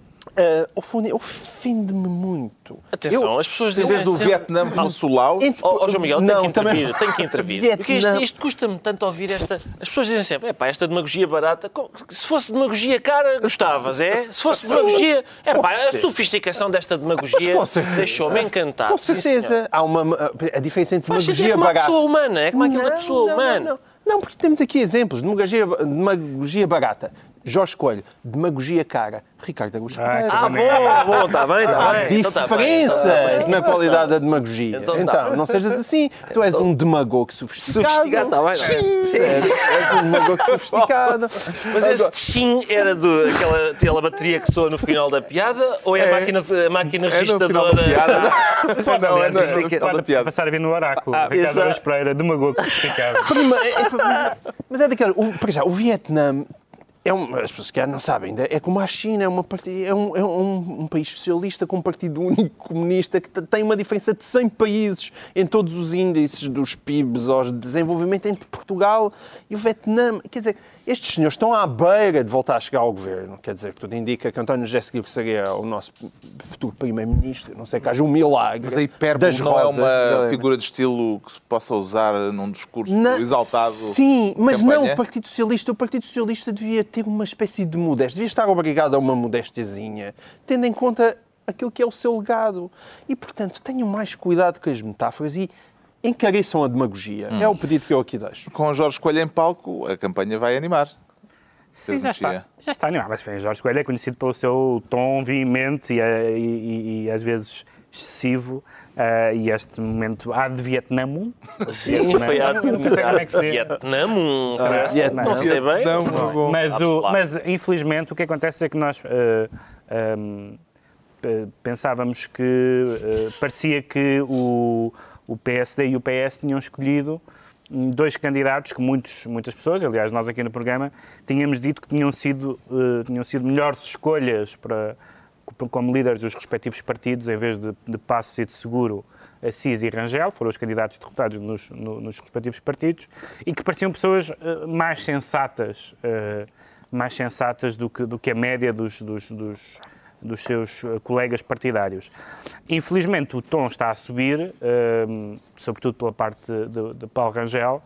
uh, ofende- ofende-me muito. Atenção, Eu- as pessoas dizem Dizes do sempre- Vietnã Venezuela. Ent- Ó oh, João Miguel, tem Não, que intervir, também- tem que intervir. Vietnã- Porque isto, isto custa-me tanto ouvir esta... As pessoas dizem sempre, epá, esta demagogia barata, co- se fosse demagogia cara, gostavas, é? Se fosse demagogia... Epá, a certeza. sofisticação desta demagogia Mas com certeza. deixou-me encantado. Com Sim, certeza. senhor. Há uma, a diferença entre Faz sentido, demagogia é como uma barata... pessoa humana, é como aquilo da Não, pessoa não, humana. Não, não. Não, porque temos aqui exemplos. Demagogia, demagogia barata. Jorge Coelho. Demagogia cara. Ricardo Augusto Ah, Pereira. Ah, bom, bom, está bem, está Há bem. Então tá bem. diferenças na qualidade da demagogia. Então Então, tá. não sejas assim. Tu és um demagogo sofisticado. Sofisticado, está bem, está bem. Percebes? És um demagogo sofisticado. Mas esse tchim era do, aquela, aquela bateria que soa no final da piada ou é, a máquina, a máquina É no final da registradora? piada. Não, é no Sei no que- final da Pode piada. passar a ver no oráculo. Ah, Ricardo exato. Araújo Pereira, demagogo sofisticado. Prima- é- Mas é daquela. o- Para já, o Vietnã. É um, as pessoas que não sabem, é como a China, é, uma parti- é, um, é um, um país socialista com um partido único comunista que t- tem uma diferença de cem países em todos os índices dos P I Bs aos de desenvolvimento entre Portugal e o Vietnã. Quer dizer, estes senhores estão à beira de voltar a chegar ao governo. Quer dizer, que tudo indica que António José Seguiu seria o nosso futuro primeiro-ministro. Não sei que haja um milagre. Mas a hipérbole das não é rosas, uma galera. figura de estilo que se possa usar num discurso Na- exaltado. Sim, mas campanha? não o Partido Socialista. O Partido Socialista devia ter uma espécie de modéstia. Devia estar obrigado a uma modéstiazinha, tendo em conta aquilo que é o seu legado. E, portanto, tenham mais cuidado com as metáforas e encareçam a demagogia. Hum. É o pedido que eu aqui deixo. Com Jorge Coelho em palco, a campanha vai animar. Sim, já Demagogia. está. Já está animado. Mas enfim, Jorge Coelho é conhecido pelo seu tom veemente e, eh, e- e- e, às vezes excessivo. eh, e este momento há de Vietnã. Sim, foi a Nunca sei como é que se diz. Vietnã, um, parece. Vietnã. não sei bem. Vietnã, Mas, Sabe-se o, lá. mas, infelizmente, o que acontece é que nós eh, ehm, pe- pensávamos que eh, parecia que o, o P S D e o P S tinham escolhido hum, dois candidatos que muitos, muitas pessoas, aliás, nós aqui no programa, tínhamos dito que tinham sido, eh, tinham sido melhores escolhas para, como líderes dos respectivos partidos, em vez de, de Passos e de Seguro, Assis e Rangel, foram os candidatos derrotados nos, no- nos respectivos partidos, e que pareciam pessoas eh, mais sensatas, eh, mais sensatas do que, do que a média dos, dos, dos, dos seus eh, colegas partidários. Infelizmente, o tom está a subir, eh, sobretudo pela parte de, de Paulo Rangel,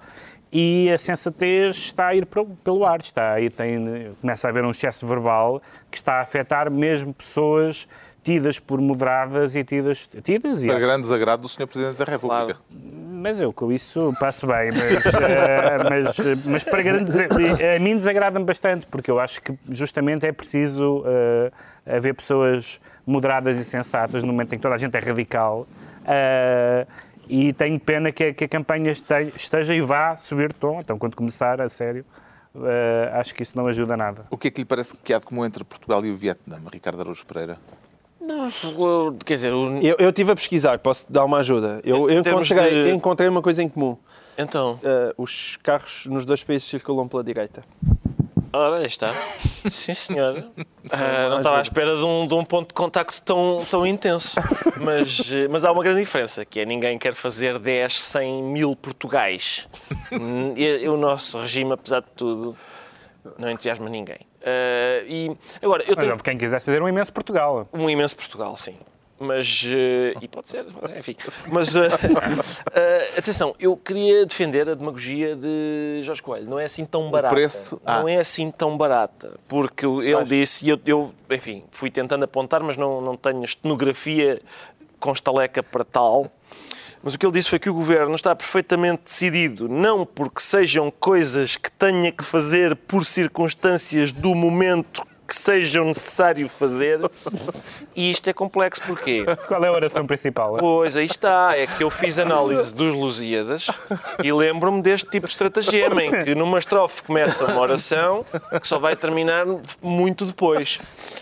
e a sensatez está a ir pelo, pelo ar. Está aí, tem, começa a haver um excesso verbal que está a afetar mesmo pessoas tidas por moderadas e tidas... tidas e Para grande desagrado do senhor Presidente da República. Claro. mas eu com isso passo bem, mas, eh, mas, mas para grande desa- a mim desagrada-me bastante, porque eu acho que justamente é preciso eh, haver pessoas moderadas e sensatas no momento em que toda a gente é radical, eh, e tenho pena que a, que a campanha este- esteja e vá subir de tom, então quando começar a sério, eh, acho que isso não ajuda nada. O que é que lhe parece que há de comum entre Portugal e o Vietnã, Ricardo Araújo Pereira? Quer dizer, o- Eu, eu estive a pesquisar, posso dar uma ajuda. Eu, eu Em termos encontrei, de- encontrei uma coisa em comum. então, Uh, os carros nos dois países circulam pela direita. ora, aí está. Sim, senhor. Ah, não estava à espera de um, de um ponto de contacto tão, tão intenso. Mas, eh, mas há uma grande diferença, que é ninguém quer fazer dez, cem mil Portugais. Hum, e, e o nosso regime, apesar de tudo, não entusiasma ninguém. Ah, e agora, eu Mas tenho houve quem quisesse fazer um imenso Portugal. um imenso Portugal, sim. Mas, eh, e pode ser, enfim. Mas, eh, eh, atenção, eu queria defender a demagogia de Jorge Coelho. Não é assim tão barata. preço? Ah. Não é assim tão barata. Porque ele disse, e eu, eu, enfim, fui tentando apontar, mas não, não tenho estenografia com estaleca para tal. Mas o que ele disse foi que o Governo está perfeitamente decidido, não porque sejam coisas que tenha que fazer por circunstâncias do momento que que seja necessário fazer. E isto é complexo porquê? Qual é a oração principal? Pois, aí está. É que eu fiz análise dos Lusíadas e lembro-me deste tipo de estratagema, em que numa estrofe começa uma oração que só vai terminar muito depois.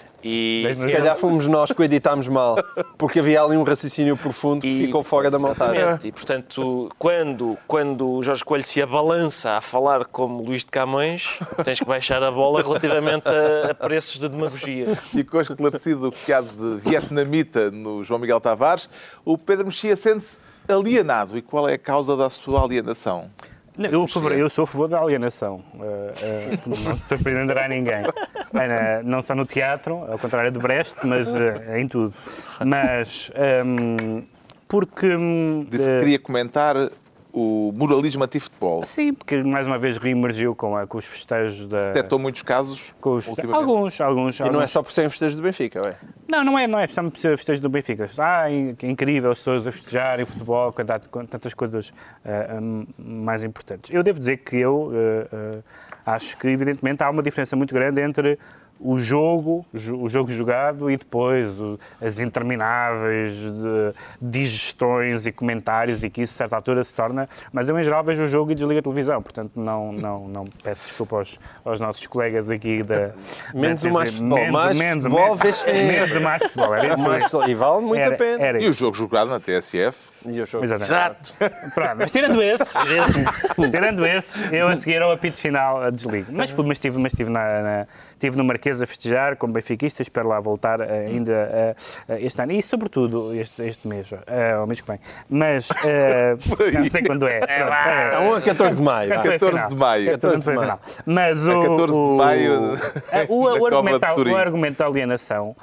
E se calhar fomos nós que o editámos mal, porque havia ali um raciocínio profundo que E- ficou fora da montagem. E, portanto, quando, quando o Jorge Coelho se abalança a falar como Luís de Camões, tens que baixar a bola relativamente a, a preços de demagogia. Ficou esclarecido o que há de vietnamita no João Miguel Tavares. O Pedro Mexia sente-se alienado. E qual é a causa da sua alienação? Não, eu, favor- eu sou a favor da alienação. Uh, uh, não surpreenderá ninguém. Uh, não só no teatro, ao contrário de Brecht, mas uh, em tudo. Mas um, porque. um, Disse que uh, queria comentar o moralismo anti-futebol. Sim, porque mais uma vez reemergiu com, a, com os festejos da. Detectou muitos casos Com os, ultimamente. alguns, alguns. E não é alguns. só por serem festejos do Benfica, é? Não, não é, não é precisamente por ser festejos do Benfica. Ah, in- que incrível as pessoas a festejarem o futebol, com tant- com tantas coisas ah, hum, mais importantes. Eu devo dizer que eu ah, ah, acho que, evidentemente, há uma diferença muito grande entre o jogo, jo- o jogo jogado e depois o- as intermináveis de- digestões e comentários, e que isso, a certa altura, se torna... Mas eu, em geral, vejo o jogo e desligo a televisão, portanto, não, não, não peço desculpa aos, aos nossos colegas aqui da... Menos da o mais T V. futebol. Menos- Mais menos- futebol, menos- vê-se- menos o mais futebol, era isso que eu Mais ia- E vale muito era- a pena. era E o isso. jogo jogado na T S F? E eu jogo. Exatamente. Exato. Pronto, mas tirando esses, tirando esses, eu a seguir ao apito final a desligo. Mas, fui, mas, estive, mas estive, na, na, estive no Marquês a festejar como benfiquista, espero lá voltar eh, ainda eh, este ano e, sobretudo, este, este mês, eh, o mês que vem. Mas, eh, não sei quando é. Pronto, É um a catorze de maio. Quando foi a catorze final. de maio. Quando foi a final. Mas o, A catorze de o- maio, eh, o, na o, Cova argumento, de Turim. o argumento da alienação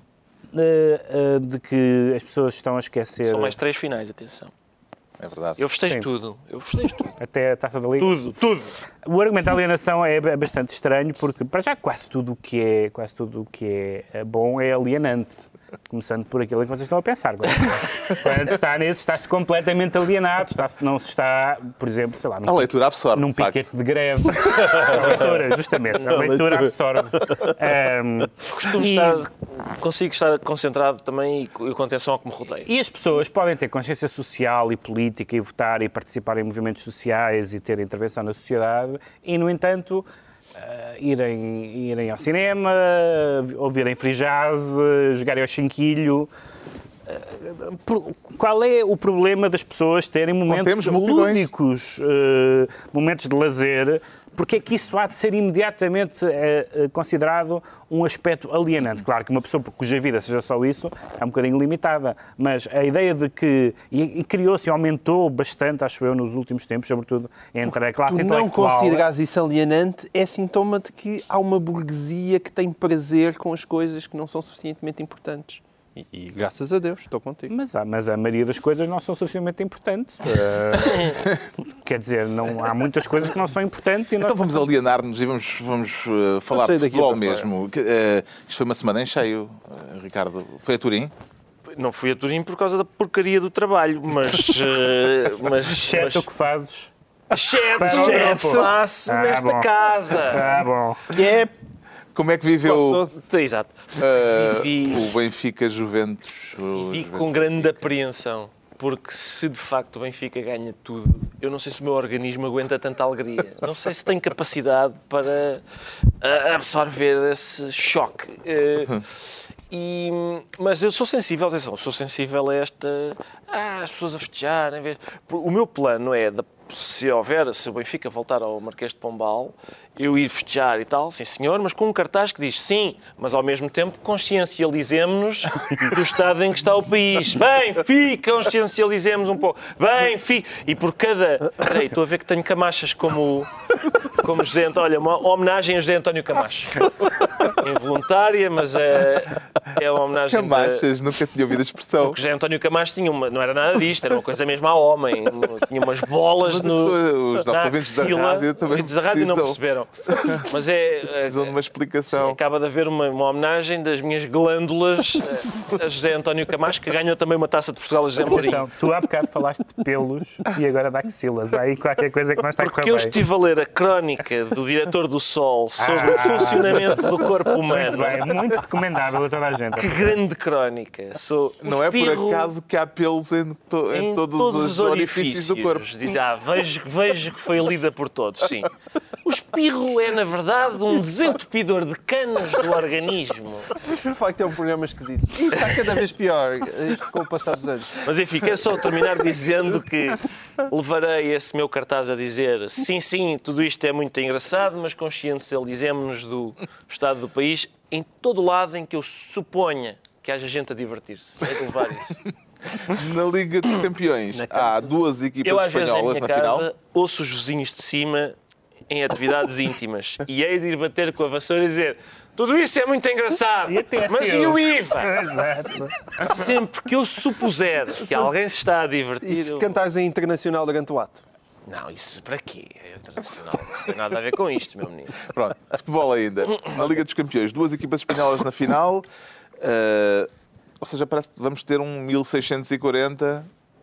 eh, eh, de que as pessoas estão a esquecer São mais três finais, atenção. É verdade. Eu festejo Sim. tudo. Eu festejo tudo. até a Taça da Liga. Tudo, tudo. O argumento da alienação é b- bastante estranho porque, para já, quase tudo o que é, quase tudo o que é bom é alienante. Começando por aquilo que vocês estão a pensar. Quando, quando se está nisso, está-se completamente alienado. Está não se está, por exemplo, sei lá, num, A leitura absorve, num de facto. piquete de greve. A leitura, justamente. A leitura absorve. Ahm, Costumo e- estar, consigo estar concentrado também e co- e com atenção ao que me rodeia. E as pessoas podem ter consciência social e política e votar e participar em movimentos sociais e ter intervenção na sociedade e, no entanto, eh, irem, irem ao cinema, ouvirem free jazz, eh, jogarem ao chinquilho. Eh, por- Qual é o problema das pessoas terem momentos temos multidões. lúdicos, eh, momentos de lazer? Porque é que isso há de ser imediatamente eh, eh, considerado um aspecto alienante? Claro que uma pessoa cuja vida seja só isso é um bocadinho limitada, mas a ideia de que... E, e criou-se e aumentou bastante, acho eu, nos últimos tempos, sobretudo entre a classe Tu não intelectual. consideras isso alienante é sintoma de que há uma burguesia que tem prazer com as coisas que não são suficientemente importantes. E, e graças a Deus, estou contigo. Mas, há- mas a maioria das coisas não são suficientemente importantes. Eh, quer dizer, não, há muitas coisas que não são importantes e nós... Então vamos alienar-nos e vamos, vamos eh, falar sair de daqui futebol para fora. mesmo. Que, eh, isto foi uma semana em cheio, eh, Ricardo. Foi a Turim? Não fui a Turim por causa da porcaria do trabalho, mas... eh, mas, Exceto o que fazes. Exceto Para o o que grupo. faço Ah, nesta bom. casa. Ah, bom. Que é Como é que viveu Exato. eh, Vivi- o Benfica Juventus? o E Juventus com grande Benfica? apreensão, porque se de facto o Benfica ganha tudo, eu não sei se o meu organismo aguenta tanta alegria. Não sei se tem capacidade para ah, absorver esse choque. Eh, e, mas eu sou sensível, atenção, sou sensível a esta... Ah, as pessoas a festejar. Em vez... O meu plano é, de- se houver, se o Benfica voltar ao Marquês de Pombal, eu ir festejar e tal, sim senhor, mas com um cartaz que diz sim, mas ao mesmo tempo consciencializemos-nos do estado em que está o país. Bem, fica, consciencializemos um pouco. Bem, fica. E por cada... Peraí, estou a ver que tenho camachas como, como José António. Olha, uma homenagem a José António Camacho. Involuntária, mas é, é uma homenagem... de- Camachas, nunca tinha ouvido a expressão. Porque José António Camacho tinha uma, não era nada disto, era uma coisa mesmo a homem. Tinha umas bolas Mas as no, pessoas- os nossos na ouvintes da axila. rádio também Ouvintes da rádio não precisam. perceberam. Mas é... Precisam de uma explicação. Acaba de haver uma, uma homenagem das minhas glândulas a José António Camacho, que ganhou também uma taça de Portugal a José Mourinho. Atenção, tu há bocado falaste de pelos e agora de axilas. Há aí qualquer coisa que não está a correr Porque eu bem. estive a ler a crónica crónica do diretor do Sol sobre o funcionamento do corpo humano. Muito bem, muito recomendável a toda a gente. Que grande crónica. Sou Não é por acaso que há pelos em, to, em, em todos, todos os orifícios do corpo. Diz, ah, vejo, vejo que foi lida por todos, sim. O espirro é, na verdade, um desentupidor de canos do organismo. De facto, é um programa esquisito. E está cada vez pior, isto com o passar dos anos. Mas enfim, quero só terminar dizendo que levarei esse meu cartaz a dizer sim, sim, tudo isto é muito engraçado, mas conscientes ele dizemos-nos do estado do país em todo o lado em que eu suponha que haja gente a divertir-se. É de levar isso. Na Liga dos Campeões há duas equipas Eu, às vezes, em espanholas minha na casa, final. ouço os vizinhos de cima em atividades íntimas e hei de ir bater com a vassoura e dizer tudo isso é muito engraçado, E até mas seu. e o I V A? Exato. Sempre que eu supuser que alguém se está a divertir... E se eu- cantares em internacional durante o ato? Não, isso para quê? É internacional. Não tem nada a ver com isto, meu menino. Pronto, futebol ainda. Na Liga dos Campeões, duas equipas espanholas na final. eh, ou seja, parece que vamos ter um mil seiscentos e quarenta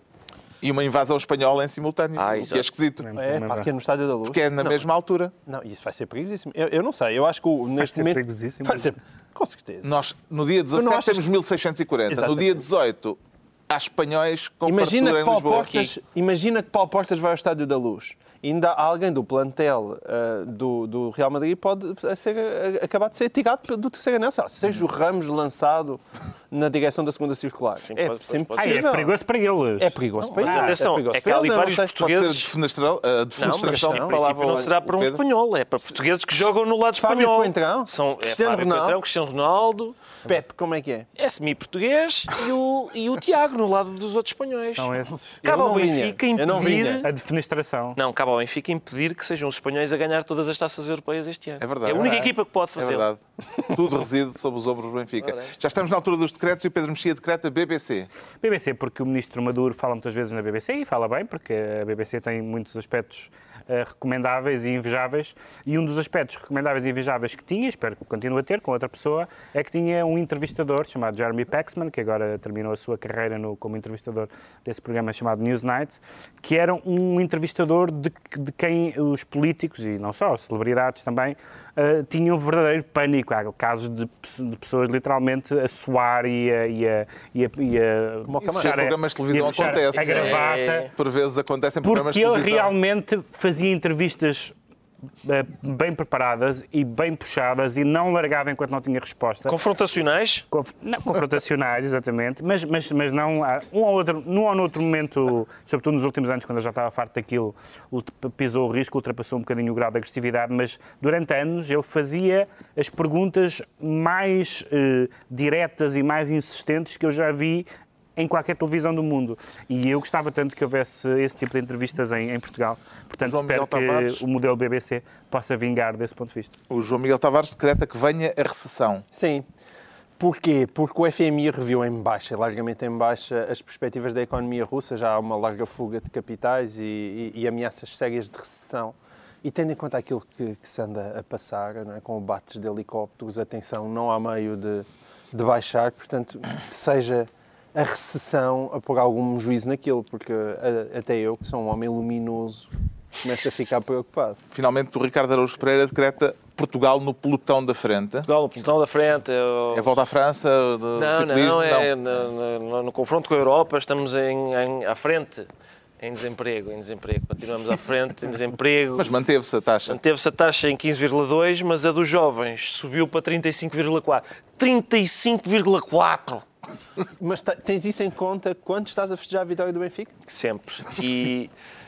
e uma invasão espanhola em simultâneo. Ah, o que exato. é esquisito. É, pá, que é no Estádio da Luz. Porque é na Não, mesma altura. Não, isso vai ser perigosíssimo. Eu, eu não sei, eu acho que o- neste ser momento... perigosíssimo. Vai ser, com certeza. Nós, no dia não dezassete, achas temos mil seiscentos e quarenta. No Exatamente. dia dezoito, há espanhóis com Imagina fartura que, em Paulo Lisboa. Portas, imagina que Paulo Portas vai ao Estádio da Luz. Ainda há alguém do plantel uh, do, do Real Madrid pode a ser, a, acabar de ser tirado do terceiro anel. Sabe? Seja o Ramos lançado na direção da segunda circular. Sim, é pode- sempre pode- Ah, é possível. perigoso para eles. É perigoso para Mas eles. atenção, perigoso é que para há eles. ali Eu não vários sei. Pode ser portugueses... defenestração, a Não, mas defenestração em que princípio falava não o será para um Pedro. espanhol, é para portugueses que jogam no lado Fábio espanhol. Coentrão, São é Cristiano Fábio Ronaldo. Coentrão, Cristiano Ronaldo, Pepe, como é que é? é semi-português e o, e o Tiago no lado dos outros espanhóis. São esses. Cabe Eu ao não vinha. Benfica Eu não impedir... vinha. A defenestração. Não, cabe ao Benfica impedir que sejam os espanhóis a ganhar todas as taças europeias este ano. É verdade. É a única É. equipa que pode É fazer. verdade. Tudo reside sob os ombros do Benfica. Ora é. Já estamos na altura dos decretos e o Pedro Mexia decreta B B C. B B C, porque o ministro Maduro fala muitas vezes na B B C e fala bem, porque a B B C tem muitos aspectos uh, recomendáveis e invejáveis. E um dos aspectos recomendáveis e invejáveis que tinha, espero que continue a ter com outra pessoa, é que tinha um entrevistador chamado Jeremy Paxman, que agora terminou a sua carreira no, como entrevistador desse programa chamado Newsnight, que era um entrevistador de, de quem os políticos, e não só, celebridades também, Uh, tinham verdadeiro pânico. Há casos de, de pessoas literalmente a suar e a, e a, e a, e a Isso puxar em programas de televisão e a puxar acontece. a gravata. É. Por vezes acontecem programas Porque de ele televisão. realmente fazia entrevistas eh, bem preparadas e bem puxadas e não largava enquanto não tinha resposta. Confrontacionais? Conf- não, confrontacionais, exatamente, mas, mas, mas não há um ou outro, num ou noutro momento, sobretudo nos últimos anos, quando eu já estava farto daquilo, ultra- pisou o risco, ultrapassou um bocadinho o grau de agressividade, mas durante anos ele fazia as perguntas mais eh, diretas e mais insistentes que eu já vi em qualquer televisão do mundo. E eu gostava tanto que houvesse esse tipo de entrevistas em, em Portugal. Portanto, João espero Miguel que Tavares. o modelo B B C possa vingar desse ponto de vista. O João Miguel Tavares decreta que venha a recessão. Sim. Porquê? Porque o F M I reviu em baixa, largamente em baixa, as perspectivas da economia russa. Já há uma larga fuga de capitais e, e, e ameaças sérias de recessão. E tendo em conta aquilo que, que se anda a passar, não é? Com bates de helicópteros, atenção, não há meio de, de baixar. Portanto, que seja a recessão a pôr algum juízo naquilo, porque a, até eu, que sou um homem luminoso, começo a ficar preocupado. Finalmente, o Ricardo Araújo Pereira decreta Portugal no pelotão da frente. Portugal no pelotão da frente. É, o... É volta à França? De Não, ciclismo? não, é no, no, no confronto com a Europa estamos em, em, à frente, em desemprego, em desemprego. Continuamos à frente, em desemprego. Mas manteve-se a taxa. Manteve-se a taxa em quinze vírgula dois, mas a dos jovens subiu para trinta e cinco vírgula quatro. trinta e cinco vírgula quatro! Mas ta- tens isso em conta quando estás a festejar a vitória do Benfica? Sempre. E,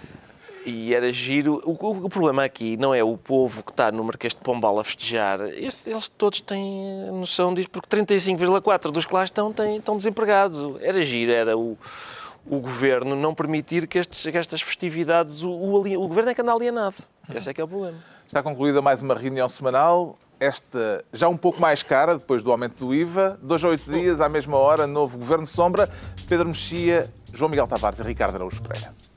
e era giro. O, o, o problema aqui não é o povo que está no Marquês de Pombal a festejar. Esse, eles todos têm noção disso, porque trinta e cinco vírgula quatro dos que lá estão têm, estão desempregados. Era giro, era o, o governo não permitir que, estes, que estas festividades... O, o, ali- o governo é que anda alienado. Esse é que é o problema. Está concluída mais uma reunião semanal. Esta já um pouco mais cara, depois do aumento do I V A. Dois a oito dias, à mesma hora, novo Governo Sombra. Pedro Mexia, João Miguel Tavares e Ricardo Araújo Pereira.